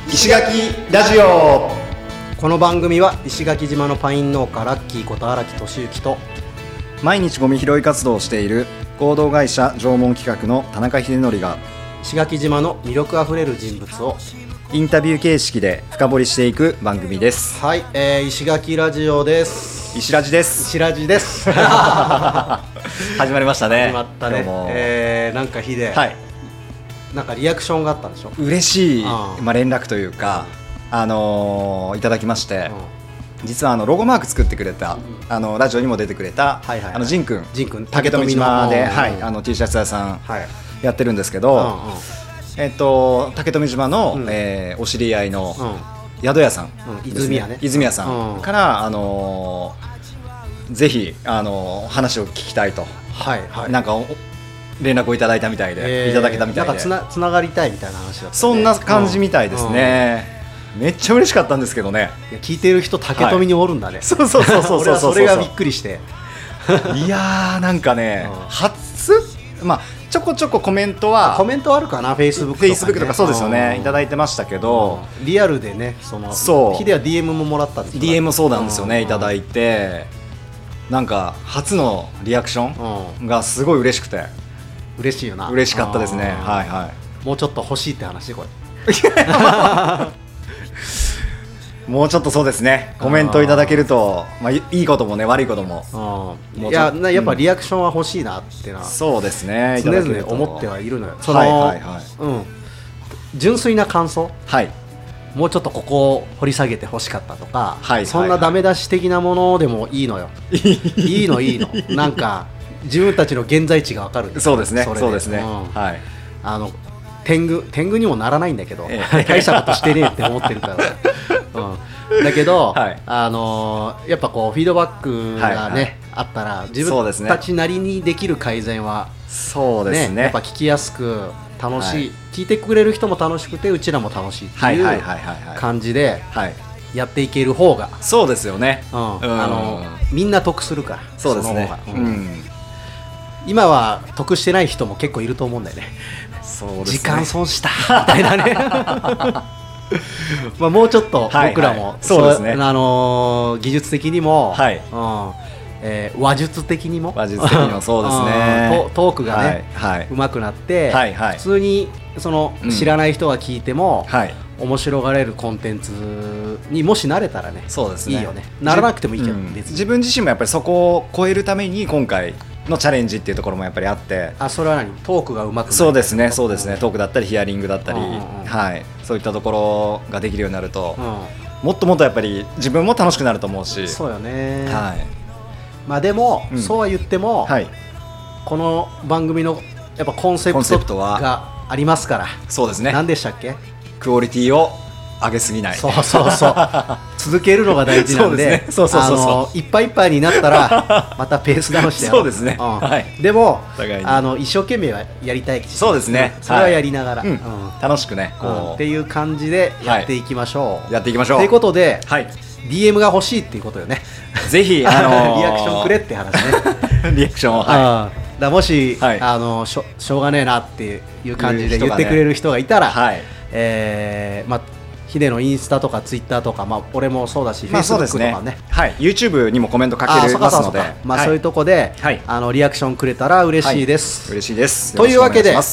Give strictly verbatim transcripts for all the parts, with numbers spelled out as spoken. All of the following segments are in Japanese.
石垣ラジオ。 この番組は石垣島のパイン農家ラッキーこと荒木俊之と毎日ゴミ拾い活動をしている合同会社縄文企画の田中秀則が石垣島の魅力あふれる人物をインタビュー形式で深掘りしていく番組です。 はい、えー、石垣ラジオです。 石ラジです。 石ラジです始まりましたね。 始まったね。えー、なんかヒデ、 はい、 なんかリアクションがあったんでしょ。 嬉しい、 うんまあ、連絡というか、あのー、いただきまして、 うん、 実はあのロゴマーク作ってくれた、あのラジオにも出てくれた、 はいはいはい、 あのジン君ジン君竹富島で、はい、 うん、 あの T シャツ屋さんはいやってるんですけど、 うんうん、 えっと、竹富島の、 うん、 えー、お知り合いのうん、 宿屋さん、 うん、泉屋ね、 泉屋さんから、 うん、 あのー、ぜひ、あのー、話を聞きたいと、 はいはい、 なんか連絡をいただいたみたいで、えー、いただけたみたいで、 なんかつな、つながりたいみたいな話だった、ね、 そんな感じみたいですね、うん、めっちゃ嬉しかったんですけどね。 いや聞いてる人竹富におるんだね、はい、 そうそうそうそうそう俺はそれがびっくりしていやーなんかね、うん、初、まあちょこちょこコメントはコメントあるかな、フェイスブックとか、ね、 フェイスブックとかそうですよね、いただいてましたけど、 リアルでね、そのそうヒデは ディーエム ももらったんですよ。 ディーエム もそうなんですよね、いただいて、なんか初のリアクションがすごい嬉しくて、 嬉しいよな。 嬉しかったですね。はいはい。 もうちょっと欲しいって話これもうちょっとそうですね、コメントいただけると、まあ、いいこともね悪いことも、 もういややっぱリアクションは欲しいなってな、 うん、そうですね、 常々思ってはいるのよ。その、 はいはいはい、 うん、純粋な感想、 はい、 もうちょっとここを掘り下げて欲しかったとか、 はいはいはい、 そんなダメ出し的なものでもいいのよいいのいいのなんか自分たちの現在地が分かる。 そうですね、 そ, そうですね、 うん、 はい、 あの天狗天狗にもならないんだけど、 ええ、 大したことしてねえって思ってるから、うん、だけど、 はい、 あのー、やっぱこうフィードバックがね、はいはい、あったら自分たちなりにできる改善は、 そうですね、 やっぱ聞きやすく楽しい、はい、聞いてくれる人も楽しくてうちらも楽しいっていう感じでやっていける方が、 そうですよね、 うん、あのみんな得するから。 そうですね、 その方が、うん、今は得してない人も結構いると思うんだよね。 そうですね、 時間損したみたいなねまあもうちょっと僕らも、はいはい、 そうですね、 あのー、技術的にも、 はい、 うん、えー、話術的にも話術的にもそうですねト, トークがね、 はいはい、 上手くなって、 はいはい、 普通にその、うん、知らない人が聞いても、 はい、 面白がれるコンテンツにもし慣れたらね、 そうですね、 いいよね。ならなくてもいいけど、 うん、自分自身もやっぱりそこを超えるために今回のチャレンジっていうところもやっぱりあって。 あ、それは何、トークがうまくなる。 そうですね、そうですね、トークだったりヒアリングだったり、 うんうんうん、 はい、そういったところができるようになると、 うん、 もっともっとやっぱり自分も楽しくなると思うし。 そうよね、 はい、 まあでも、うん、そうは言っても、 はい、 この番組のやっぱコンセプトがありますから。 そうですね、 何でしたっけ、 クオリティを上げすぎない。 そうそうそう続けるのが大事なんで、 そうそうそうそう、 いっぱいいっぱいになったらまたペースダウンしてやろう。 そうですね、うん、はい、 でもあの一生懸命はやりたい。 そうですね、 それはやりながら、 はい、うん、楽しくねこう、 うん、っていう感じでやっていきましょう、 はい、やっていきましょうということで、 はい、 ディーエム が欲しいっていうことよね。 ぜひ、あのー、 リアクションくれって話ねリアクションを、はい、 だもし、 はい、 あのし ょ, しょうがねえなっていう感じで言ってくれる人がいたら、 はい、 えー、まあヒデのインスタとかツイッターとか、まあ、俺もそうだし、フェイスブックとかね、 はい、YouTube にもコメント書けますので、 まあ、そういうとこで、はい、あのリアクションくれたら嬉しいです、 はい、嬉しいです。 というわけで、 はい、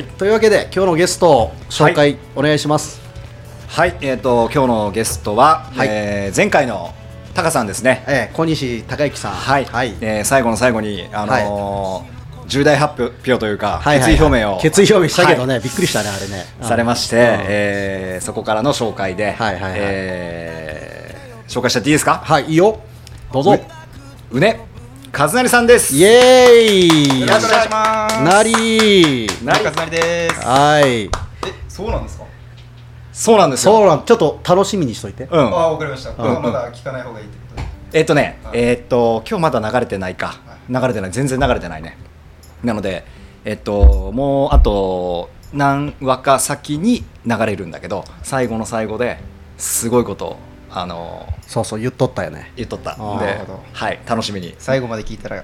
というわけで今日のゲストを紹介、はい、お願いします。 はい、えーと、今日のゲストは、はい、えー、前回のタカさんですね、 えー、小西孝之さん、 はいはい、えー、最後の最後に、あのーはい、重大発表というか、 はいはいはい、 決意表明を決意表明したけどね、はい、びっくりしたねあれね、 されまして、うん、えー、そこからの紹介で、 はいはいはい、 えー、紹介しちゃっていいですか。 はい、いいよ、どうぞ。 うね和成さんです。 イエーイ、 よろしくお願いします。 なりーなり和成です。 はい、え、 そうなんですか。 そうなんですよ。 そうなん、ちょっと楽しみにしといて。 うん、あ、わかりました。うん、まだ聞かない方がいいってことで。 えっとね、はい、えー、っと今日まだ流れてないか、はい、流れてない、全然流れてないね。なので、えっと、もうあと何話か先に流れるんだけど、最後の最後ですごいことを、あのそうそう言っとったよね。 言っとったんで、はい、楽しみに最後まで聞いたら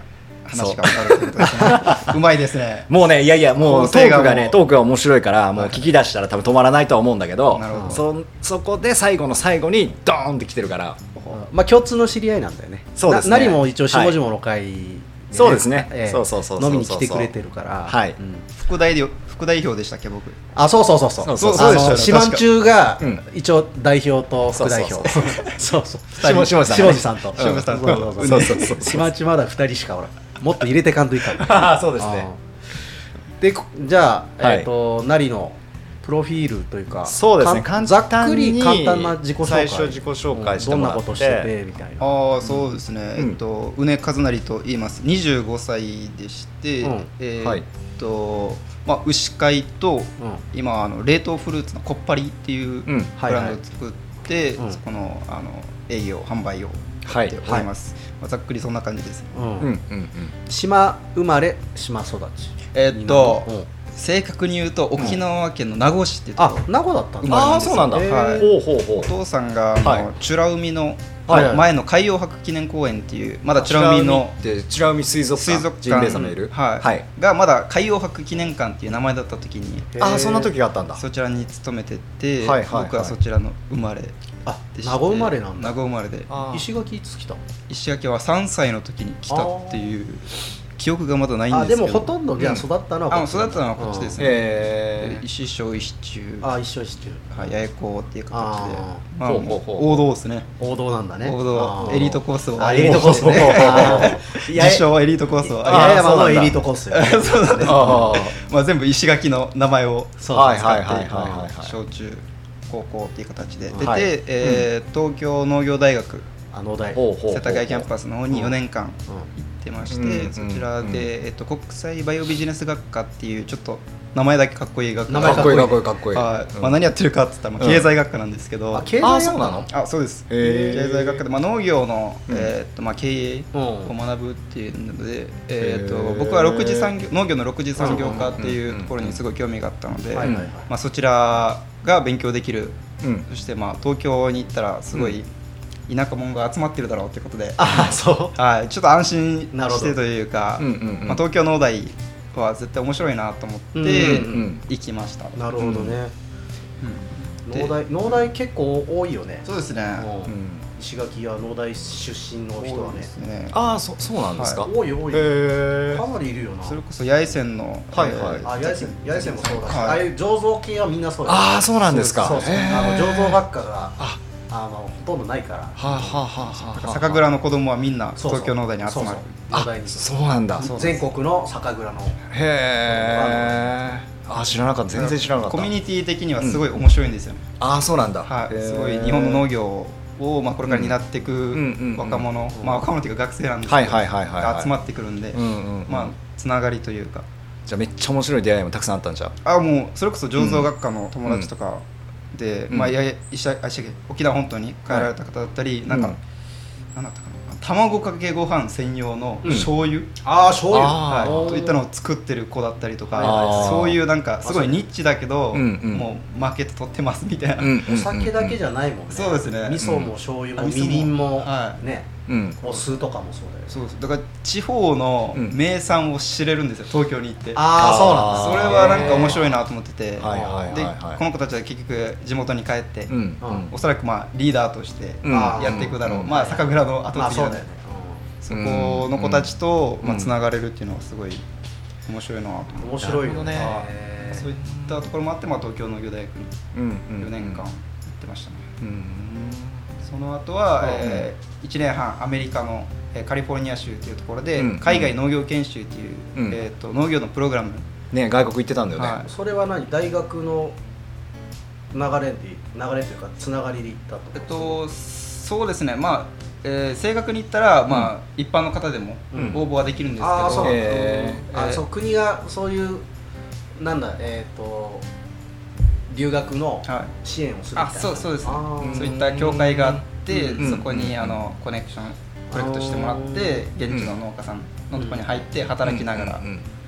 話が分かるってことですね。うまいですね。 もうねいやいやもうト構成がもうークがねトークが面白いからもう聞き出したら多分止まらないとは思うんだけど、 なるほどそそこで最後の最後にドーンって来てるからまあ共通の知り合いなんだよね。 そうですねな何も一応下々の会でね、 そうですねええそうそうそうそう飲みに来てくれてるから、 はいうん副代表副代表でしたっけ僕。 あそうそうそうそうそうそうそうでしたよね四万中がうん一応代表と副代表そうそうそう下下地さんね下地さんと下地さんとそうそうそうそうそう四万中まだ二人しかおらんもっと入れてかんといかんあそうですねーでこじゃあはいえっとなりのプロフィールというかそうですねかん簡単にざっくり簡単な自己紹介最初自己紹介してもらってうんどんなことしててみたいなああそうですね、 うんえっと宇根和成と言います。にじゅうごさいでして、 うんえーはいっとまあ牛飼いと、 うん今あの冷凍フルーツのこっぱりっていううんブランドを作って、 はいはいそこのあの営業販売をはいやっております。まあ、ざっくりそんな感じです。 うんうんうんうん島生まれ島育ちえーっと、 うん正確に言うと沖縄県の名護市っていうところ、 あ名護だったんだああそうなんだへーはいほうほうほうお父さんがあの、 はい美ら海のはいはい前の海洋博記念公園っていうまだ美ら海ので美ら海水族館水族ジンベエ館さんのいるはいはいがまだ海洋博記念館っていう名前だった時にへーああそんな時があったんだそちらに勤めてて、 はいはいはい僕はそちらの生まれであして名護生まれなんだ名護生まれであー石垣いつ来た石垣はさんさいの時に来たっていう記憶がまだないんあですけどでもほとんどじゃあ育ったのはあこっち育ったのはこっちですね、 へで石小石中あ一緒してるはい八重子っていう形であーまあほうほうほう王道ですね王道なんだね王道あーエリートコースをあエリートコースねあー自称エリートコースを八重山のエリートトコースよそうだねあまあ全部石垣の名前をそうはい使ってはいはいはいはい小中高校っていう形で出て、 はいえー東京農業大学あ農大ほうほうほう世田谷キャンパスの方によねんかんう行ってまして、 うんそちらで、 うんえっと、国際バイオビジネス学科っていうちょっと名前だけかっこいい学科名前かっこいいかっこいいかっこいいはいうんまあ、何やってるかって言ったら、まあ、経済学科なんですけど、 んあ経済あ学そうなのあそうですへー経済学科で、まあ、農業の、 うんえーっとまあ、経営うんを学ぶっていうので、えーっとへー僕は六次産業農業の六次産業科ってうんうんいうところにすごい興味があったので、 はいはいはいまあ、そちらが勉強できる、 うんそしてまあ東京に行ったらすごい田舎者が集まってるだろうということで、 あそうはい、ちょっと安心なるほどしてというか、 うんうんうんまあ、東京農大は絶対面白いなと思ってうんうんうん行きました、 なるほどねうんで農大農大結構多いよねそうですね、 うんうん石垣は農大出身の人はね多いですねああそそうなんですかは多い多いへかなりいるよなそれこそ八重線の、 はいはいあ八重線八重線もそうだし、 はいああいう醸造系はみんなそうよああそうなんですかそうそうへーあの醸造学科がああのほとんどないからはあはあはあはあ酒蔵の子供はみんなそうそう東京農大に集まるそうそう農大にそうなんだそう全国の酒蔵のへえあ知らなかった全然知らなかったコミュニティ的にはすごい面白いんですよね、 ああそうなんだはい、 へーすごい日本の農業を、まあ、これから担っていくんうんうん若者、 うんまあ、若者というか学生なんですけど、 はいはいはいはいはいが集まってくるんで、 うんうんうんまあ、つながりというかじゃあめっちゃ面白い出会いもたくさんあったんじゃうあもうそれこそ醸造学科の友達とかで、 うんまあ、いやいや石あ石沖縄本島に帰られた方だったり、なんか、 うんなんだったかな卵かけご飯専用の醤油、 ああ醤油あーはい、といったのを作ってる子だったりとか、 あーそういうなんかすごいニッチだけど、 うんうんもうマーケット取ってますみたいな、 うんお酒だけじゃないもんねそうですね味噌も醤油もうんみりんもはいねうんお酢とかもそうだよそうそうだから地方のうん名産を知れるんですよ東京に行って、 ああそうなんだそれはなんか面白いなと思ってて、 はいはいはいではいこの子たちは結局地元に帰って、 うんうんおそらくまあリーダーとしてうんやっていくだろう、 うんまあ酒蔵の後継ぎだねまあそうだよねそこの子たちとうんまあつながれるっていうのはすごい面白いなと思って、 面白いよねなるほどはいそういったところもあって、まあ、東京農業大学にうんうんよねんかん行ってましたね、 うんその後は、 うんえー、いちねんはんアメリカの、えーカリフォルニア州というところで、 うん海外農業研修っていう、 うんえー、と農業のプログラム、 ね外国行ってたんだよねはいそれは何大学の流れで流れというかつながりで行ったとえっとそうですねまあ、えー正確に言ったら、まあ、一般の方でもうん応募はできるんですけど、 ああそうなんだへあそう国がそういうなんだえっ、と留学のはい支援をするみたいなあそうそうですねあーそういった協会があって、 うんそこに、 うんあのコネクションコネクトしてもらって現地の農家さんのところに入って働きながら、 うんうん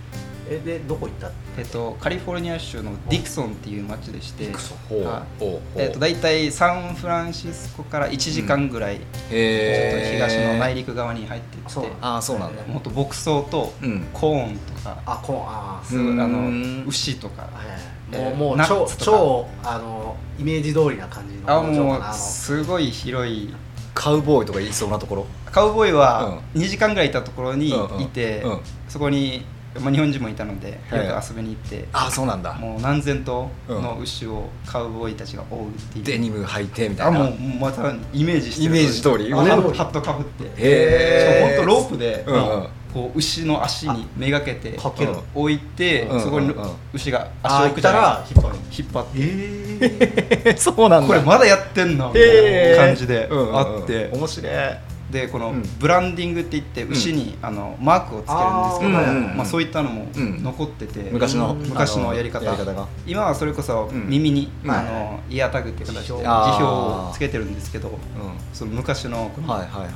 えでどこ行った？ えっと、カリフォルニア州のディクソンっていう町でして、 ディクソン、 はい、えっと、だいたいサンフランシスコからいちじかんぐらい、うん、ちょっと東の内陸側に入っていって、 あ、そうなんだ。 もっと牧草とコーンとか、 あ、コーン、あすごい、あの牛とか、 もうもう超超あのイメージ通りな感じの。 あ、もうすごい広い。 カウボーイとかいそうなところ。 カウボーイはにじかんぐらいいたところにいて、うんうんうん、そこに、まあ、日本人もいたのでよく遊びに行って、 あ、そうなんだ。 もう何千頭の牛をカウボーイたちが追うっていう、 デニム履いてみたいな。 あ、もうまたイメージしてる、 イメージ通り、 ハットかぶって、へー、しかも本当ロープで、うんうん、こう牛の足にめがけて置いて、うん、そこに牛が足を置くたら引っ張る、引っ張って、 えー、そうなんだ。 これまだやってんのみたいな感じであって、 うんうんうん、面白い。 でこのブランディングって言って牛に、うん、あのマークをつけるんですけど、まあ、そういったのも残ってて、うん、 昔の昔のやり方、やり方が今はそれこそ耳に、うん、あのイヤータグっていう形で辞表をつけてるんですけど、うん、その昔のこの、はいはいはい、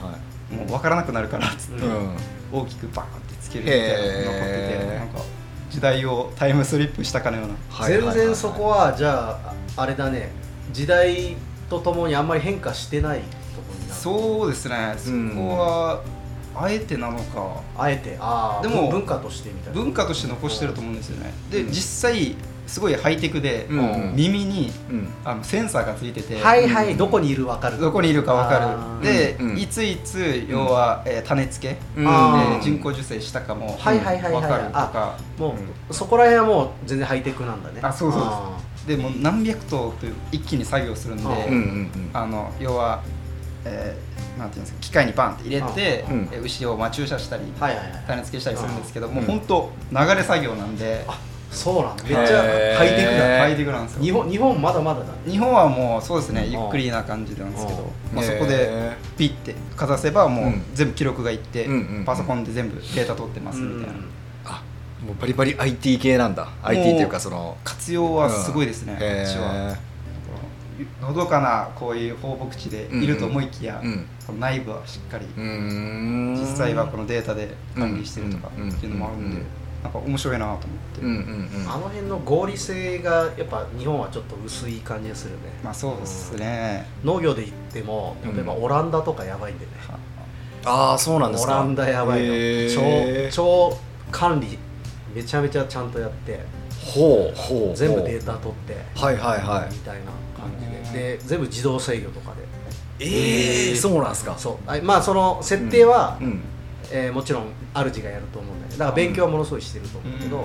もう分からなくなるからっつって、うん、大きくバーンってつけるみたいなのが残ってて、なんか時代をタイムスリップしたかのような、 はいはいはいはい、全然そこはじゃああれだね、時代とともにあんまり変化してない。 そうですね、そこはあえてなのか、 あえて、あ、でも文化としてみたいな、 文化として残してると思うんですよね。で、うん、実際すごいハイテクで、うん、耳に、うん、あのセンサーがついてて、 はいはい、どこにいる分かる、 どこにいるか分かる。で、うん、いついつ要は、えー、種付け、うん、で人工授精したかも分かるとか、 もうそこら辺はもう全然ハイテクなんだね。 あ、そうそうです。でも何百頭と一気に作業するんで、あの要はえー、なんていうんですか、機械にバンって入れて、うん、牛をまあ注射したり、はいはいはい、種付けしたりするんですけど、うん、もう本当流れ作業なんで、 あ、そうなんだ、めっちゃハイテクだ、 ハイテクなんですよ。 日本、日本まだまだだ、ね、 日本はもうそうですね、ゆっくりな感じなんですけど、まあ、そこでピッてかざせばもう全部記録がいって、うん、パソコンで全部データ取ってますみたいな、うん、 あ、もうバリバリ アイティー 系なんだ。 アイティー っていうかその活用はすごいですね、うん、うちはのどかなこういう放牧地でいると思いきや、うんうん、この内部はしっかり実際はこのデータで管理してるとかっていうのもあるんで、なんか面白いなと思って、うんうんうん、あの辺の合理性がやっぱ日本はちょっと薄い感じがするね。 まあそうですね、 うん、農業で言っても例えばオランダとかやばいんでね、 うん、ああ、そうなんですか。 オランダやばいの、超超管理めちゃめちゃちゃんとやって、 ほうほう、 全部データ取って、 はいはいはい、 みたいな感じで、で全部自動制御とかで、 ええー、そうなんですか。 そう、まあその設定は、うんうん、えー、もちろん主がやると思うんだけど、だから勉強はものすごいしてると思うけど、うん、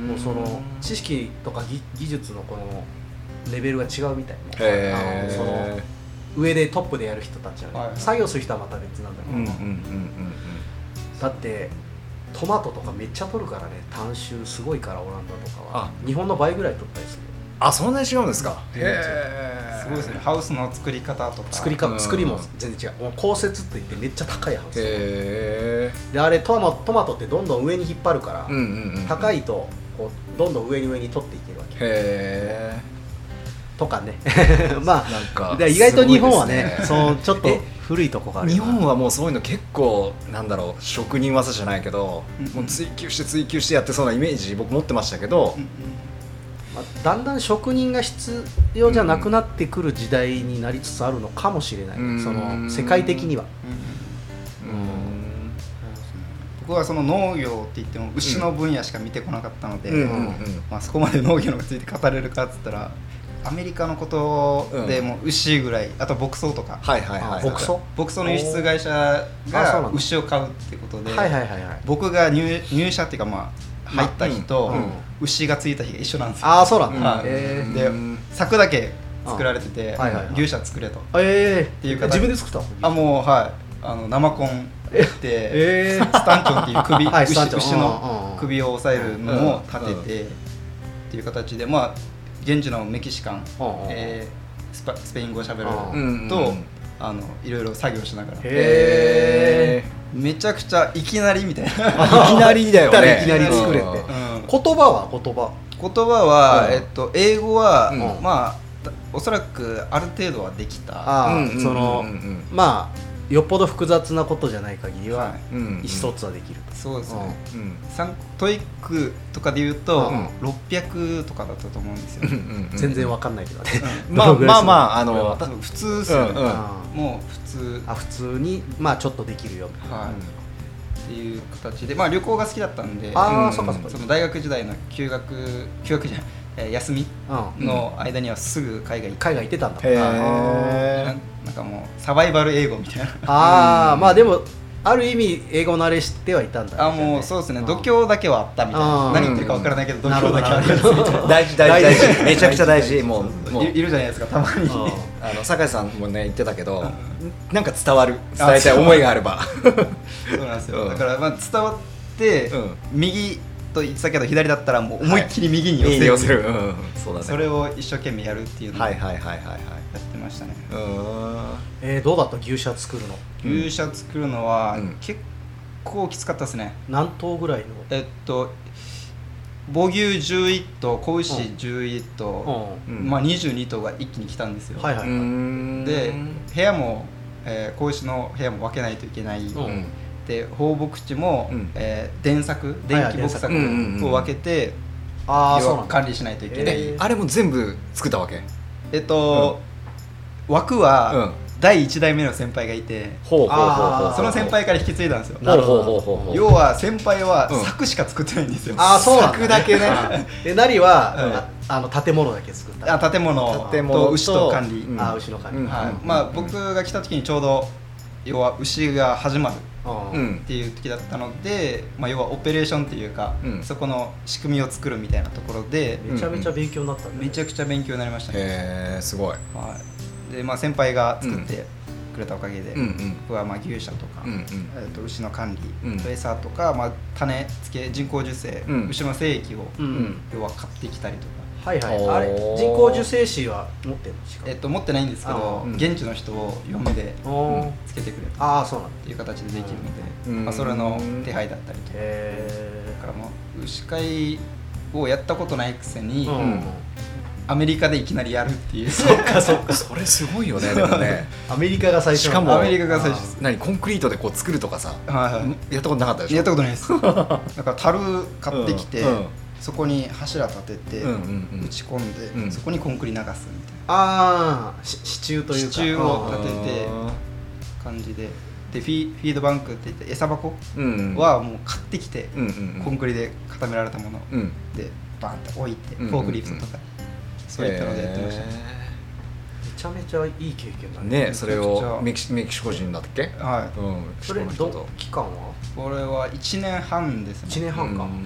もうその知識とか 技, 技術のこのレベルが違うみたいな、あのその上でトップでやる人たちは、ね、はいはい、作業する人はまた別なんだけど、うんうんうんうん、だってトマトとかめっちゃ取るからね、単収すごいから、オランダとかは日本の倍ぐらい取ったりする。 あ、そんなに違うんですか。 へえ、すごいですね。ハウスの作り方とか作りか作りも全然違う。もう降雪っていってめっちゃ高いハウス。へー。であれトマトトマトってどんどん上に引っ張るから、うんうんうん、高いとこうどんどん上に上に取っていけるわけ。へー。とかね。まあなんか意外と日本はね、そうちょっと古いとこがある。 日本はもうそういうの結構なんだろう、職人技じゃないけど、うんうん、もう追求して追求してやってそうなイメージ僕持ってましたけど。うんうん、 まあ、だんだん職人が必要じゃなくなってくる時代になりつつあるのかもしれない、うん、その世界的には、うんうん、 僕はその農業って言っても牛の分野しか見てこなかったので、うんうんうん、まあ、そこまで農業について語れるかって言ったらアメリカのことでも牛ぐらい、あと牧草とか、 はいはいはい、牧草牧草の輸出会社が牛を買うっていうことで、はいはいはいはい、僕が 入, 入社っていうかまあ入った日と、うんうん、牛がついた日が一緒なんですよ。 ああ、そうなんだ、 はい、えー、で柵だけ作られてて、はいはいはい、牛舎作れと、 えー、 っていう形。 自分で作った？ あ、もうはい、あの生コンで、えー、スタンチョンっていう首、はい、牛, 牛の首を押さえるのを立てて、うんうん、っていう形で、まあ現地のメキシカン、えー、ス, パスペイン語をしゃべると、うんうん、あのいろいろ作業しながら、へー、めちゃくちゃいきなりみたいな、いきなりだよね。 いきなり作れて、うん、言葉は言葉言葉は、うん、えっと、英語は、うん、まあおそらくある程度はできた。 あ、うん、その、うん、まあよっぽど複雑なことじゃない限りは、はい、意思疎通はできる、 うん、そうですね、うん、トイックとかでいうと、うん、ろっぴゃくとかだったと思うんですよ、うんうんうん、全然わかんないけどね、 うん、まあまあまあ、あの普通ですよね、うんうん、もう普通あ普通にまあちょっとできるよ、 はい、っていう形で、まあ、旅行が好きだったんで、 あ、うん、そっかそっか、 その大学時代の休学休学じゃない、えー、休みの間にはすぐ海外行って海外行ってたんだ。 へー、 なんかもうサバイバル英語みたいなああ、まあでもある意味英語慣れしてはいたんだ、ね、 あもうそうですね、度胸だけはあったみたいな、何言ってるか分からないけど度胸だけはあるみたいな、 大事大事大事めちゃくちゃ大事、もうもういるじゃないですかたまにあの酒井さんもね言ってたけど、なんか伝わる、伝えたい思いがあればそうなんですよ、だからまあ伝わって、うん、右と言ってたけど左だったらもう思いっきり右に寄せる、はい、寄せる、うん、そうだね、それを一生懸命やるっていうのをやってましたね。 うん、えー、どうだった牛舎作るの？ 牛舎作るのは、うん、結構きつかったですね。 何頭ぐらいの？ えっと母牛じゅういっとう、子牛じゅういっとう、うん、まあにじゅうにとうが一気に来たんですよ。はいはいはい、で部屋も、えー、子牛の部屋も分けないといけない、うん、で放牧地も、うん、えー、電柵、電気牧柵を分けて、 ああ管理しないといけない、 えー、あれも全部作ったわけ？ えっと、うん、枠は、うんだいいちだいめの先輩がいて、ほうほうほうほう、その先輩から引き継いだんですよ。 なるほどほうほうほう、 要は先輩は柵しか作ってないんですよ、 うん、あそうなんだ、 柵だけねでなりは、うん、あの建物だけ作った。 あ建物と牛と管理、 うん、あ牛の管理、うん、 はい、うん、まあ僕が来た時にちょうど要は牛が始まるっていう時だったので、まあ、要はオペレーションっていうか、うん、そこの仕組みを作るみたいなところでめちゃめちゃ勉強になったね、 うん、めちゃくちゃ勉強になりましたね。 へーすごい、 はい、でまあ、先輩が作ってくれたおかげで、うんうん、僕はまあ牛舎とか、うんうん、えー、と牛の管理、うん、と餌とか、まあ、種付け、人工授精、うん、牛の精液を、うん、要は買ってきたりとか、 はいはい、あれ人工授精師は持ってるんですか？ えー、と持ってないんですけど、うん、現地の人を呼んで、うん、つけてくれた、 あそうなんっていう形でできるので、うん、まあ、それの手配だったりとか、だからもう牛飼いをやったことないくせに、うん、アメリカでいきなりやるっていう。 そっかそっかそれすごいよね。でもねアメリカが最初、 しかもアメリカが最初です。 何コンクリートでこう作るとかさ、はいはい、やったことなかったでしょ？ やったことないですだから樽買ってきて、うんうん、そこに柱立てて、うんうんうん、打ち込んで、うん、そこにコンクリ流すみたいな、 ああ支柱というか支柱を立てて感じで、でフィー、フィードバンクって言って餌箱はもう買ってきて、うんうんうん、コンクリで固められたもの、うん、でバンって置いて、うんうんうん、フォークリフトとかそういったのでやってました、ね、 めちゃめちゃいい経験だね。 ね、それをメキシ、メキシコ人だっけ？ はい、うん、それど期間は？ これはいちねんはんですね。 いちねんはんか、はい 、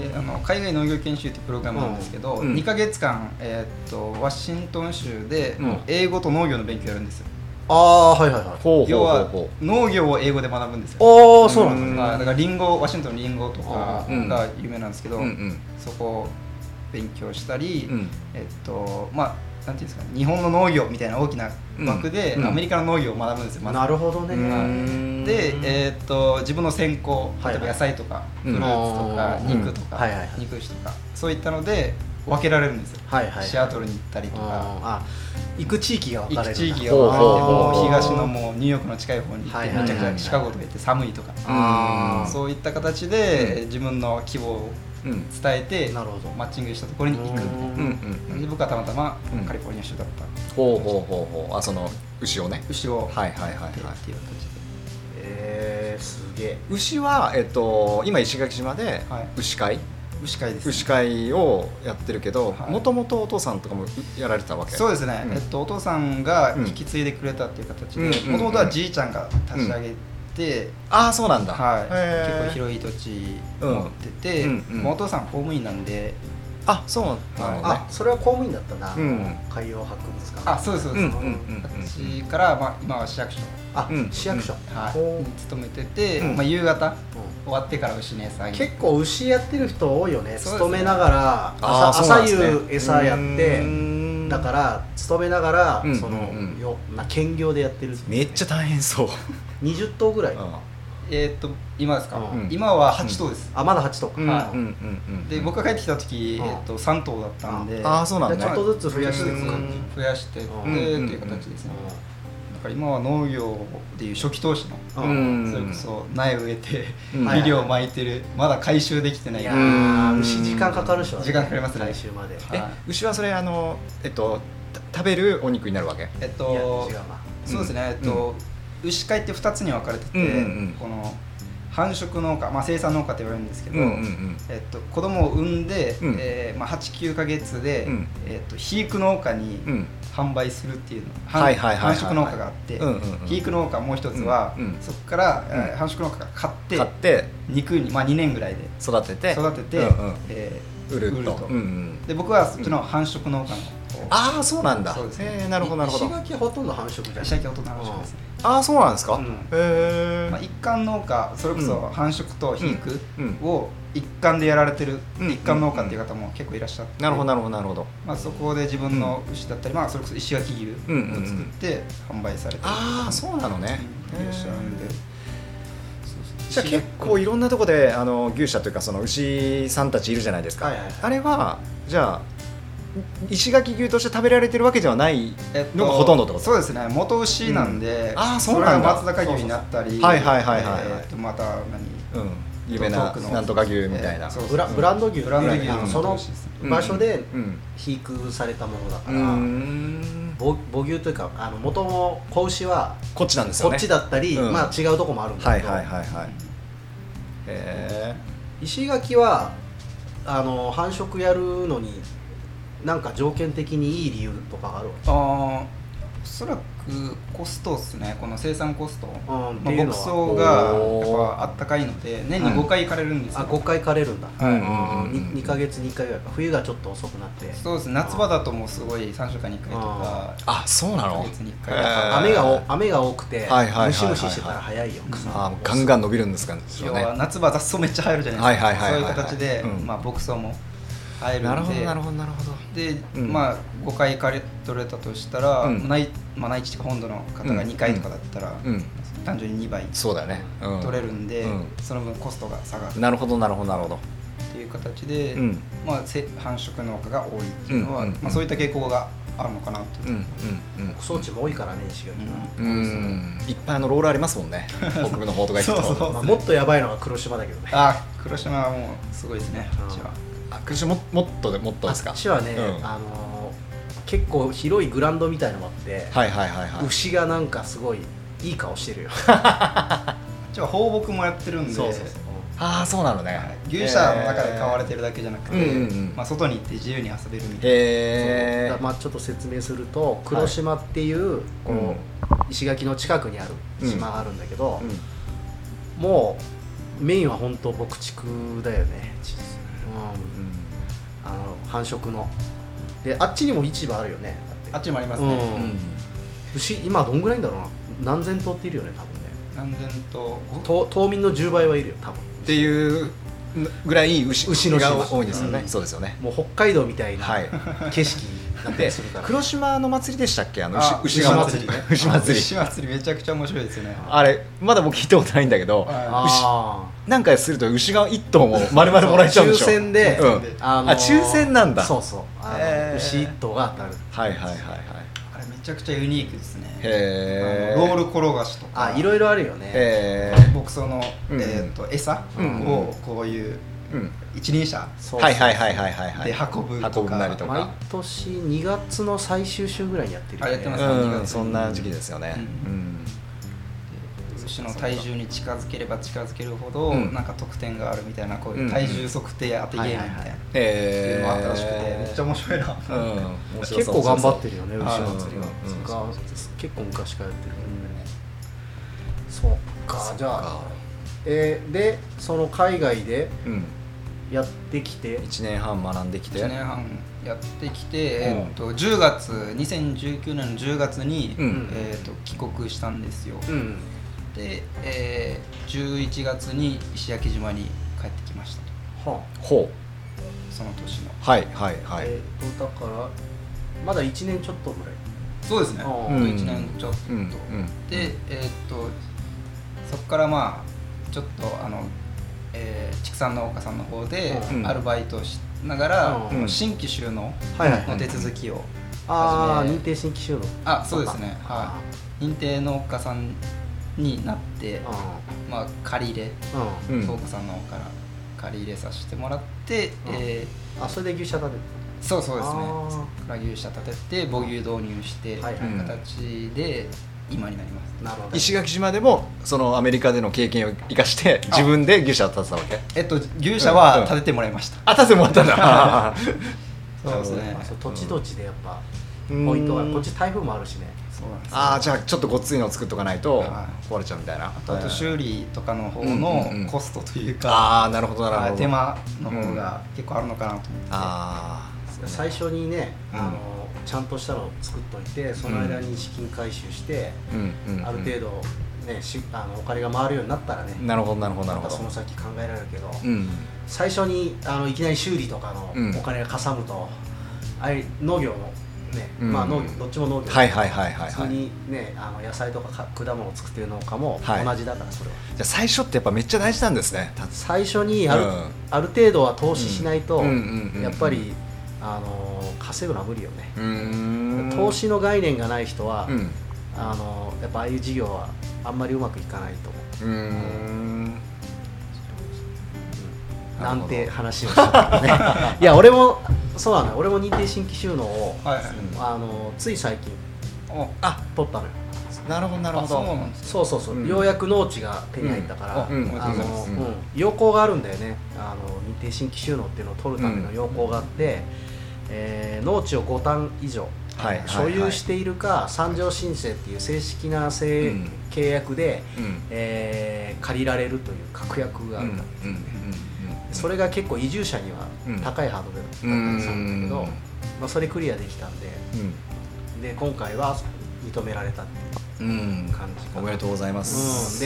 であの海外農業研修っていうプログラムなんですけど、うん、にかげつかん、えー、っとワシントン州で英語と農業の勉強やるんですよ。 ああはいはいはい。 要は農業を英語で学ぶんですよ。 ああそうなんだ、 ね。だからリンゴ、ワシントンのリンゴとかが有名なんですけど、うんうん、そこを勉強したり、うん、えっとまあなんていうんですかね、日本の農業みたいな大きな枠で、うん、アメリカの農業を学ぶんですよ。まずなるほどね。 で、えー、っと自分の専攻、例えば野菜とか、はいはい、フルーツとか、うん、肉とか、うんはいはいはい、肉牛とかそういったので分けられるんですよ、はいはいはい、シアトルに行ったりとか、 あ行く地域が分かれる、 行く地域が分かれて、もう東のもうニューヨークの近い方に行って、めちゃくちゃシカゴとか行って寒いとか、あそういった形で、うん、自分の希望を伝えて、うん、なるほどマッチングしたところに行くみたいな、うんうんうん、で僕はたまたまカリフォルニア州だった、 うん、ほうほうほうほう、あその牛をね牛をはいはいはいはいっていう形で、 えー、すげえ。 牛は、えっと、今石垣島で牛飼い、はい、 牛飼いです、ね、 牛飼いをやってるけど、もともとお父さんとかもやられてたわけ？ そうですね、うん、えっと、お父さんが引き継いでくれたっていう形で、もともとはじいちゃんが立ち上げて、うん、 ああそうなんだ、 はい、結構広い土地持ってて、うんうんうん、お父さん公務員なんで、 あそうなんだ、ね、 あそれは公務員だったな、うん、海洋博物館、 あそうですそうです、私から、まあ、今は市役所、 あ、うん、市役所、 うん、はい、に勤めてて、うん、まあ、夕方、うん、終わってから牛の餌あげて、 結構牛やってる人多いよね。勤めながら朝、朝夕餌やって、だから勤めながら、うん、その、うん、よな兼業でやってるって、 めっちゃ大変そう。 にじゅっとうぐらい、 えー、っと今ですか、うん、今ははちとうです、 うん、あまだはちとうか、うん、はい、うんうんうん、で僕が帰ってきた時、えー、っとさんとうだったんで、 ああそうなんだ、 ちょっとずつ増やしていく感じ、 増やしてってっていう形ですね。 から今は農業っていう初期投資の、うん、それこそ苗植えて、うん、肥料を撒いてる、まだ回収できてない。いやー、牛時間かかるでしょ。 時間かかりますね、 回収まで。 え、牛はそれあのえっと食べるお肉になるわけ？ えっとそうですね、えっと、うん、牛飼いってふたつに分かれてて、うんうんうん、この繁殖農家、まあ、生産農家って言われるんですけど、うんうんうん、えっと、子供を産んで、うん、えーまあ、はち、きゅうかげつで、うん、えっと、肥育農家に販売するっていうの、繁殖農家があって、肥育農家もう一つは、うんうん、そこから、うん、繁殖農家が買って買って肉に、まあ、にねんぐらいで育てて育てて、うんうん、えー、売ると、売ると、うんうん、で僕はそっちの繁殖農家の、 ああ、そうなんだ。そうですね。えー、なるほどなるほど。 石垣はほとんど繁殖じゃない。 石垣はほとんど繁殖ですね。 ああ、そうなんですか。うん、へえ。 まあ、一貫農家、それこそ繁殖と肥育を一貫でやられてる、うん、一貫農家っていう方も結構いらっしゃって、 なるほどなるほどなるほど。 まあ、そこで自分の牛だったり、まあ、それこそ石垣牛を作って販売されてる、 ああ、そうなのね。いらっしゃるんで。じゃあ結構いろんなところであの牛舎というかその牛さんたちいるじゃないですか。はいはいはい、あれはじゃあ石垣牛として食べられてるわけではないのがほとんどってこと？ そうですね、元牛なんで、うん、 あ、そうなんだ。 それが松坂牛になったり、 はいはいはいはい、 えー、とまた何、 うん、有名ななんとか牛みたいな、えー、 そうブラ、ブランド牛、 ブランド牛のその場所で肥育されたものだから、うん、母, 母牛というかあの元の子牛はこっちなんですよね。 こっちだったり、うん、まあ違うとこもあるんだけど、 はいはいはいはい、えー、石垣はあの繁殖やるのになんか条件的にいい理由とかがあるわけ？ ああ、おそらくコストですね、この生産コスト、うん、まあ、牧草がやっぱあったかいので年にごかい行かれるんですよ、 うん、あ、ごかい行かれるんだ、はい、うん、に, にかげつにいっかいぐらいか。冬がちょっと遅くなって。 そうですね、夏場だともうすごいさんしゅうかんにいっかいとか、 あ、そうなの？ いっかげつにいっかい、 雨が雨が多くてムシムシしてたら早いよ、草。 あ、ガンガン伸びるんですかね。 要は夏場雑草めっちゃ生えるじゃないですか、そういう形で、うん、まあ、牧草も生えるんで、 なるほどなるほどなるほど。 で、うん、まあごかい取れたとしたら、うん、内, まあ、内地とか本土の方がにかいとかだったら、うんうん、単純ににばいそうだよね、うん、 取れるんで、うん、その分コストが下がる。 なるほどなるほどなるほどっていう形で、うん、まあ、繁殖農家が多いっていうのは、うんうんうん、まあ、そういった傾向があるのかなという、 うんうん、装置も多いからね、石垣は、 うんうん、いっぱいあのロールありますもんね北部の方とか行くとそうそうそう、 まあ、もっとやばいのが黒島だけどね。 あ、黒島はもうすごいですね、こっちは。 あ、黒島 も, もっとでもっとですか？ あっちはね、うん、あの結構広いグラウンドみたいなのがあって、 はいはいはいはい、 牛がなんかすごいいい顔してるよじゃあ放牧もやってるんで。 そうそうそう、ああ、そうなのね、はい、 牛舎の中で飼われてるだけじゃなくて、えーうんうんうん、まあ、外に行って自由に遊べるみたいな。 へー、 まあ、ちょっと説明すると黒島っていう、はい、こう、うん、石垣の近くにある島があるんだけど、うんうん、もうメインは本当牧畜だよね、うんうん、あの繁殖ので、あっちにも市場あるよね。 あっちにもありますね、うんうん、 牛今どんぐらいんだろうな、何千頭っているよね、多分ね。 何千頭、 と島民のじゅうばいはいるよ多分っていうぐらい 牛, 牛のが多いんですよね、うん、そうですよね。 もう北海道みたいな景色になってするから。 黒島の祭りでしたっけ、あのあ牛牛祭りね牛祭り牛祭りめちゃくちゃ面白いですよね。 あれまだ僕聞いたことないんだけど、あ牛なんかすると牛がいっ頭も丸々もらえちゃうんでしょ。 抽選で、うん、 あのー、あ抽選なんだ。 そうそう、あの牛いっ頭が当たる。 はいはいはいはい、 あれめちゃくちゃユニークですね。 へー、ロール転がしとか、 あ、いろいろあるよね。 へー、牧草の、うん、えー、と餌をこういう、うん、一輪車はいはいはいはいはいで運ぶとか、 運ぶなりとか、 毎年にがつの最終週ぐらいにやってるよね。 あ、やってますね、 うん、 にがつ、 そんな時期ですよね、うんうん、 牛の体重に近づければ近づけるほど、うん、なんか得点があるみたいな、こういう体重測定当てゲームみたいな、いうのがあったらしくて、めっちゃ面白いな、うん、面白結構頑張ってるよね、牛祭りは、うん、結構昔からやってる、うん、そっか。じゃあ、えー、でその海外でやってきて、 いちねんはん学んできて、 いちねんはんやってきて、えー、とじゅうがつにせんじゅうきゅうねんのじゅうがつに、うん、えー、と帰国したんですよ、うん、で、えー、じゅういちがつに石垣島に帰ってきましたと。 はあ、ほう、 その年の、 はいはいはい、 えー、とだからまだいちねんちょっとぐらい。 そうですね、うん、いちねんちょっと、うんうん、で、えー、とそこからまあちょっとあの、えー、畜産農家さんの方でアルバイトをしながら、うん、新規収納の手続きをああ認定新規収納。 あそうですね、はい、認定農家さんになって、まあ、借り入れ、うん、農家さんの方から借り入れさせてもらって、うんえー、あそれで牛舎建てる。 そうそうですね。から牛舎建てて母牛導入してという形で今になります。 なるほど。石垣島でもそのアメリカでの経験を生かして自分で牛舎を建てたわけ？ えっと牛舎は建ててもらいました。 うんうん、あ建ててもらったんだ。 そうですね。土地土地でやっぱポイントはこっち台風もあるしね。 そうなんですね。ああじゃあちょっとごっついのを作っとかないと壊れちゃうみたいな。 あとあと修理とかの方のコストというか、 ああなるほどなるほど。 手間の方が結構あるのかなと思って。 ああ。最初にね、うん、あのちゃんとしたのを作っといてその間に資金回収して、うん、ある程度、ね、しあのお金が回るようになったらねなるほどなるほどなるほどその先考えられるけど、うん、最初にあのいきなり修理とかのお金がかさむと、うん、あれ農業のね、うん、まあ農業どっちも農業はいはいはいはい、 普通にねあの野菜とか果物を作ってる農家も同じだからそれは、 はい、じゃあ最初ってやっぱめっちゃ大事なんですね。 最初にある、うん、ある程度は投資しないと、やっぱりあの稼ぐのは無理よね。うーん投資の概念がない人は、うん、あのやっぱああいう事業はあんまりうまくいかないと思う。うーんなんて話をしたね。いや俺もそうなんだよ。俺も認定新規収納を、はいはい、あのつい最近あ取ったのよ。 なるほどなるほど。 そうなんです。そうそうそう、うん、ようやく農地が手に入ったから、うんうん、あの、うん、要項があるんだよね。あの認定新規収納っていうのを取るための要項があって、うんえー、農地をご単以上、はい、所有しているか、はい、三条申請っていう正式な正、うん、契約で、うんえー、借りられるという確約があるんだっていうね。それが結構移住者には高いハードルだったりするんだけど、うんまあ、それクリアできたんで、うん、で今回は認められたっていう感じかな、 うん、おめでとうございます、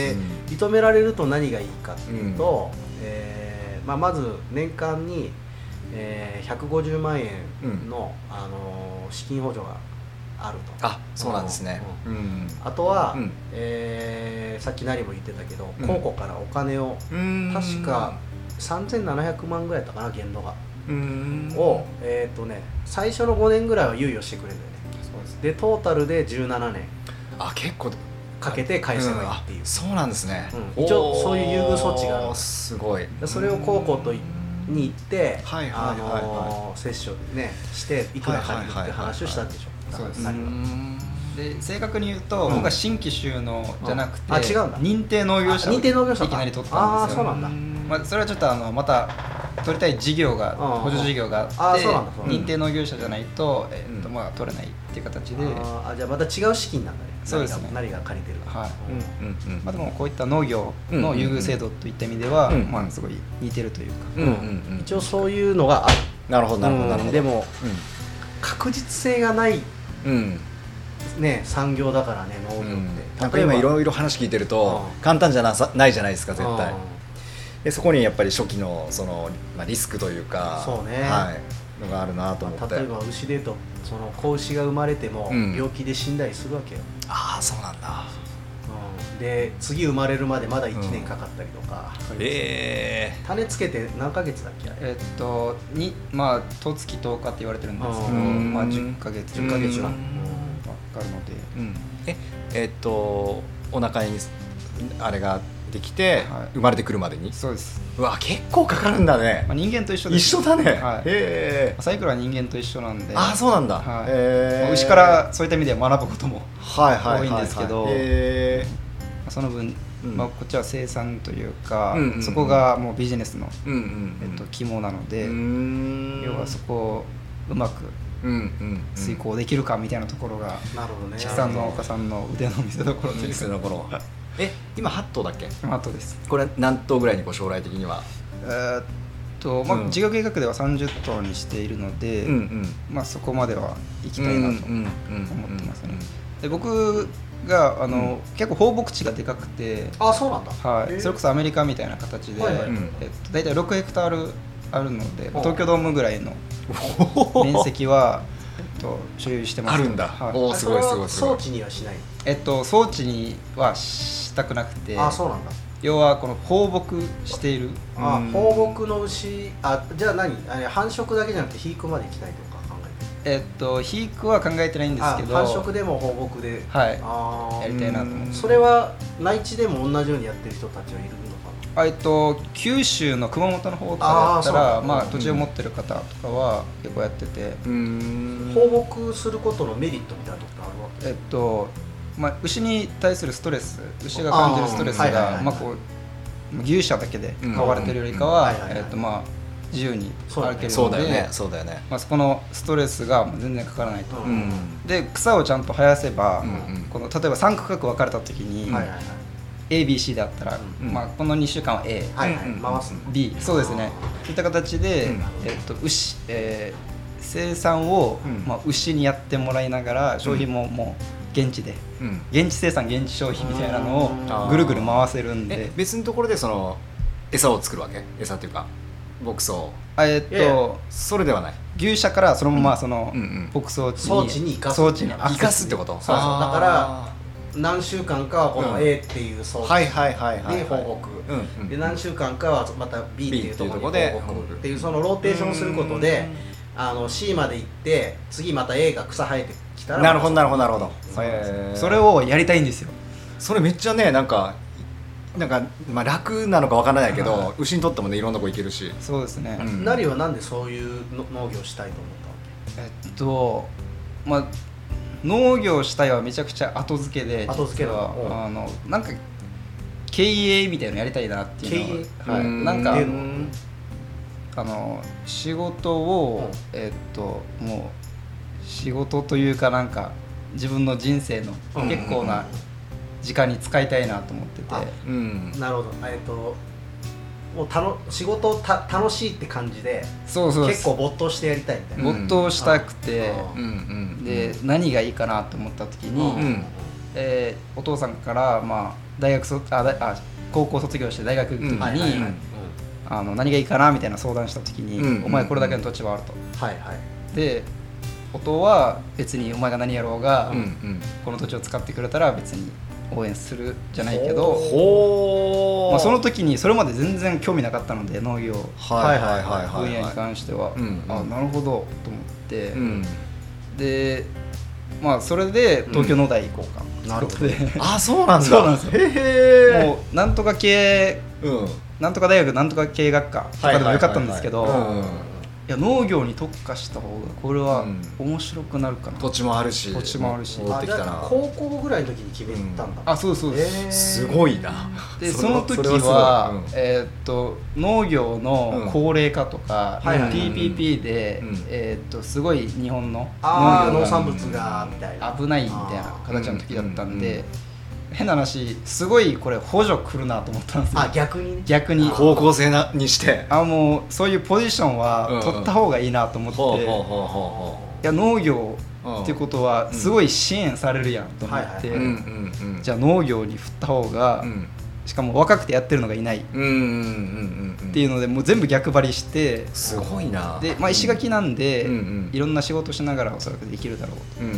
うん、で、うん、認められると何がいいかっていうと、うんえーまあ、まず年間に、えー、ひゃくごじゅうまんえんの、うんあのー、資金補助があると。 あ、そうなんですね、 うんうん、あとは、うんえー、さっき何も言ってたけど公庫からお金を、うん、確かさんぜんななひゃくまんぐらいだったかな限度がうんを、えーとね、最初のごねんぐらいは猶予してくれるんだよね。そうです。でトータルでじゅうななねんあ結構かけて返せばいいっていう、 うん、そうなんですね、 うん、一応そういう優遇措置がある。 すごい。 それを公庫とに行って接種ねしていくら借りるって話をしたんでしょ。 そうです。で正確に言うと、うん、僕は新規収納じゃなくて、 うん、あ違うんだ認定農業者をいきなり取ったんですよ。 あそうなんだ。 まあ、それはちょっとあのまた取りたい事業が補助事業があって認定農業者じゃないと、えーとまあ、取れないっていう形で、 ああじゃあまた違う資金なんだね。 そうですね。 何が借りてるか、はいうんうんうんまあ、でもこういった農業の優遇制度といった意味では、うんまあ、すごい似てるというか、うんうんうん、一応そういうのがある。 なるほどなるほどなるほど。 でも、うん、確実性がない、うんね、産業だからね農業って、うん、 なんか今いろいろ話聞いてると、うん、簡単じゃ な, さないじゃないですか絶対、うん、でそこにやっぱり初期のその、まあ、リスクというかそうね、 はい、のがあるなと思って、まあ、 例えば牛でいうとその子牛が生まれても病気で死んだりするわけよ、 うん、ああそうなんだ、 うん、で次生まれるまでまだいちねんかかったりとか、うん、えー、種つけて何ヶ月だっけ。 えー、っとにまあ十月とおかって言われてるんですけど、まあ、じゅっかげつじゅっかげつかかるので、うん、 ええー、っとお腹にあれができて、はい、生まれてくるまでに。 そうです。 うわ結構かかるんだね、 まあ、人間と一緒です。 一緒だね、 はい、へサイクルは人間と一緒なんで。 あそうなんだ、 はいへまあ、牛からそういった意味では学ぶことも多いんですけど、その分、うんまあ、こっちは生産というか、うんうんうん、そこがもうビジネスの、うんうんうんえっと、肝なので、うん要はそこをうまく遂行できるかみたいなところが、 なるほどね、 畜産農家さんの腕の見せ所というか、見せ所え今はち頭だっけ。 はち頭です。 これ何頭ぐらいにこう将来的には。 えーっとまあ、うん、事業計画ではさんじゅっ頭にしているので、うんうんまあ、そこまでは行きたいなと思ってますね。で僕があの、うん、結構放牧地がでかくて、 あそうなんだ、 はい、それこそアメリカみたいな形で、はいはいえっと、大体ろくヘクタールあるので東京ドームぐらいの面積は、えっと、所有してます。 あるんだ、はい、おすごいすごいすごい。 装置にはしない。 えっと装置にはしたくなくて、 あそうなんだ。 要はこの放牧している、 あ放牧の牛、あじゃあ何あれ繁殖だけじゃなくて肥育まで行きたいとか考えてる。 えっと肥育は考えてないんですけど、 繁殖でも放牧で、 はい、 あやりたいなと思って。 それは内地でも同じようにやってる人たちはいるのかな。 えっと九州の熊本の方とかだったら、まあ土地を持ってる方とかは結構やってて、 うん、放牧することのメリットみたいなところってあるわけ？ えっとまあ牛に対するストレス、牛が感じるストレスがまあこう牛舎だけで飼われてるよりかは、えっとまあ自由に歩けるので、そうだよね。まあそこのストレスが全然かからないと。うん、で草をちゃんと生やせば、うんうん、この例えばさん区画分かれた時に、はいはいはい、エービーシー であったら、うんまあ、このにしゅうかんは A、はいはい、回す B、そうですね。そういった形で、うんえっと牛えー、生産を、うんまあ、牛にやってもらいながら消費ももう現地で、うん、現地生産現地消費みたいなのをぐるぐる回せるんで。 別のところでその餌を作るわけ？餌っていうか牧草。 えっと、いやいやそれではない。 牛舎からそのままその牧草地に、 装置に生かす。 装置に生かすってこと？ そうそう。だから何週間かはこの A っていう装置で放牧、で何週間かはまた B っていうところで放牧っていう、そのローテーションすることで、あの C まで行って次また A が草生えてきたら、 なるほどなるほどなるほど。 それをやりたいんですよ。 それめっちゃね、なんかなんか、まあ、楽なのかわからないけど、牛にとってもねいろんなとこ行けるし。 そうですね。 ナリはなんでそういう農業したいと思ったわけ？ えっとまあ農業したいはめちゃくちゃ後付けで、 後付けはあのなんか経営みたいなのやりたいなっていうのは、はい、なんかあの仕事を、えっともう仕事というかなんか自分の人生の結構な時間に使いたいなと思ってて、 うん、なるほど。えっともうたの仕事た楽しいって感じで、 そうそう結構没頭してやりたいみたいな。 没頭したくて、で何がいいかなと思った時に、うん、えー、お父さんから、まあ、大学そああ高校卒業して大学行く時に、あの何がいいかなみたいな相談した時に、うん、お前これだけの土地はあると、はいはい、で音は別にお前が何やろうが、うんうん、この土地を使ってくれたら別に応援するじゃないけど、まあ、その時にそれまで全然興味なかったので農業分野に関しては、あ、なるほどと思って、うん、でまあそれで東京農大行こうか、うん、 なるほど。あ、そうなんだ。 そうなんですよ。へー。もうなんとか系、うん、なんとか大学なんとか経営学科とかでもよかったんですけど、いや農業に特化した方がこれは面白くなるかな、うん、 土地もあるし土地もあるし、 あ、じゃあ高校ぐらいの時に決めたんだ、うん、 あ、そうそうです、 すごいな。 でその時は、うん、えー、っと農業の高齢化とか、うん、ピーピーピー で、うん、えー、っとすごい日本の農業農産物がみたいな危ないみたいな形の時だったんで、うんうん、変な話すごいこれ補助くるなと思ったんですよ。 あ、逆に逆に高校生なにしてあもうそういうポジションは取った方がいいなと思って、うんうん、いや農業ってことはすごい支援されるやんと思ってじゃあ農業に振った方が、うん、しかも若くてやってるのがいないっていうのでもう全部逆張りしてすごいな。 で、まあ、石垣なんで、うんうん、いろんな仕事しながらおそらくできるだろうと、うんうん、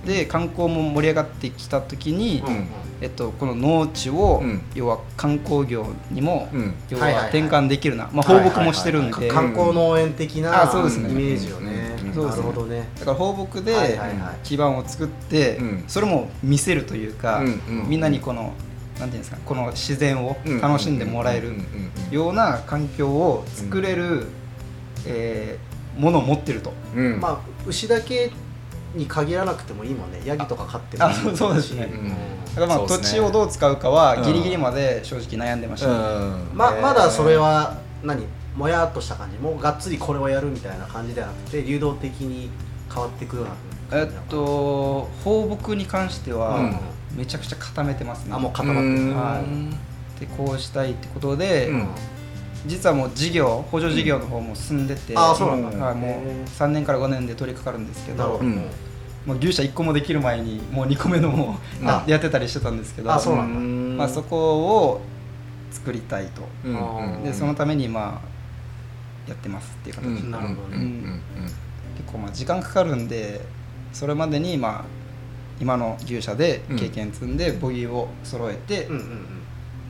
で観光も盛り上がってきた時に、うんえっと、この農地を、うん、要は観光業にも、うん、要は転換できるな、まあ、放牧もしてるんで観光農園的な、 あ、そうですね、 イメージをね、うんうん、なるほどね。 だから放牧で基盤を作って、はいはいはい、それも見せるというか、うんうん、みんなにこのなんていうんですか、この自然を楽しんでもらえるような環境を作れる、えー、ものを持ってると、 うん、まあ牛だけに限らなくてもいいもんね。ヤギとか飼ってもいいし。 あ、そうですね、うん、だからまあ土地をどう使うかはギリギリまで正直悩んでました、ね、 うん、ま, まだそれは何もやっとした感じ、もうがっつりこれをやるみたいな感じではなくて流動的に変わっていくようなえっと放牧に関しては、うんめちゃくちゃ固めてますね。 あ、もう固まってる。はい。でこうしたいってことで、うん、実はもう事業補助事業の方も進んでて、うん、 あ、そうなんだ。 はい、もうさんねんからごねんで取り掛かるんですけど、うん、もう牛舎いっこもできる前にもうにこめのもやってたりしてたんですけど、 あ、そうなんだ。まあそこを作りたいと、うん、でそのためにまあやってますっていう形になるので、結構まあ時間かかるんで、それまでにまあ今の牛舎で経験積んで母牛を揃えて、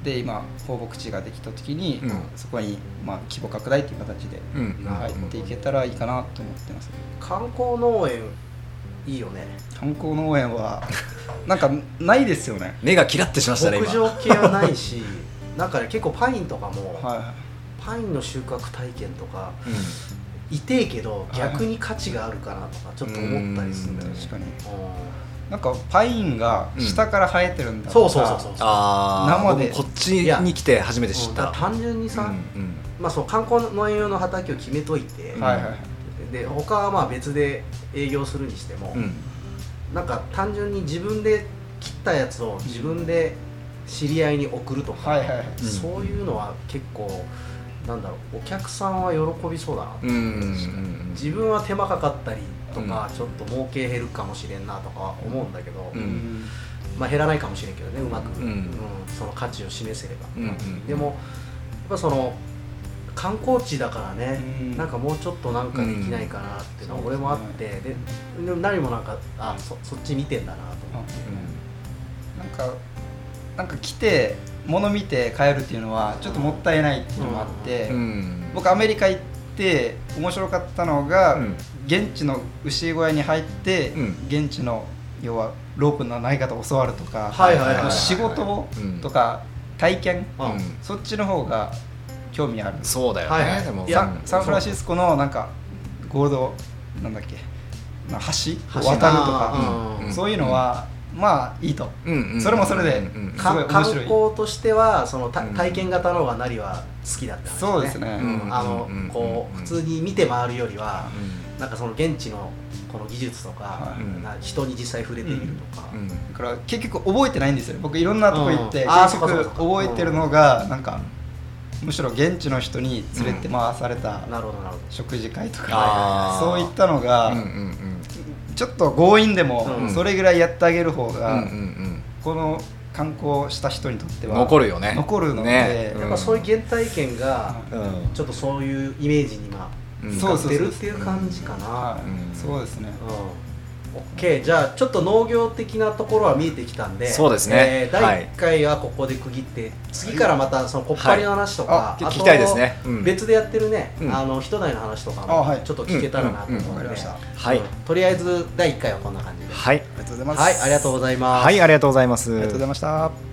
で今放牧地ができた時に、 うん、 そこにまあ規模拡大という形で入っていけたらいいかなと思ってます。 観光農園いいよね。 観光農園はなんかないですよね。 目がキラッてしましたね。 牧場系はないしなんかね結構パインとかも、 はい、 パインの収穫体験とか、 うん痛いけど逆に価値があるかなとかちょっと思ったりするんだよね。 確かに。なんかパインが下から生えてるんだとか、うん、そうそうそうそう。 あ生でこっちに来て初めて知った。 うん、単純にさ、うんうん、まあそう観光農園用の畑を決めといて、 はいはい、 で他はまあ別で営業するにしても、うん、なんか単純に自分で切ったやつを自分で知り合いに送るとか、 はいはいはい、 そういうのは結構なんだろうお客さんは喜びそうだなって、うんうん、自分は手間かかったりとか、うん、ちょっと儲け減るかもしれんなとか思うんだけど、うん、まあ減らないかもしれんけどねうまく、うんうん、その価値を示せれば、うんうん、でもやっぱその観光地だからね、うん、なんかもうちょっとなんかできないかなっていうのは俺もあって、うん、で何もなんかあ そ, そっち見てんだなと思って、 うん、なんかなんか来て物見て帰るっていうのはちょっともったいないっていうのもあって、うん、僕アメリカ行って面白かったのが、うん、現地の牛小屋に入って、うん、現地の要はロープの投げ方を教わるとか、仕事とか体験、うん、そっちの方が興味ある。 そうだよね、はいはい、でもサン、サンフランシスコのなんかゴールドなんだっけ橋を渡るとか、うん、そういうのは、まあいいと、うんうん、それもそれですごい面白い。 観光としてはそのた体験型の方がなりは好きだったんですね。 そうですね、 うん、あのこう普通に見て回るよりは、うん、なんかその現地のこの技術とか、うん、な人に実際触れてみるとか、 うんうん、だから結局覚えてないんですよ。僕いろんなとこ行って、うん、結局覚えてるのがなんかむしろ現地の人に連れて回された食事会とか、そういったのが、うんうんうん、ちょっと強引でもそれぐらいやってあげる方が、うんうんうん、この観光した人にとっては残るよね。 残るので、 ね、やっぱそういう原体験がちょっとそういうイメージに今使ってるっていう感じかな。 そうですね、 うん、OK。 じゃあちょっと農業的なところは見えてきたんで、 そうですね、 えー、だいいっかいはここで区切って、はい、次からまたそのこっぱりの話とか、はい、 あ聞きたいですね、 うん、別でやってるね、うん、あの人代の話とかもちょっと聞けたらなと思うので、とりあえずだいいっかいはこんな感じで。 はい、 ありがとうございます。 はい、ありがとうございます。 はい、ありがとうございます。 ありがとうございました。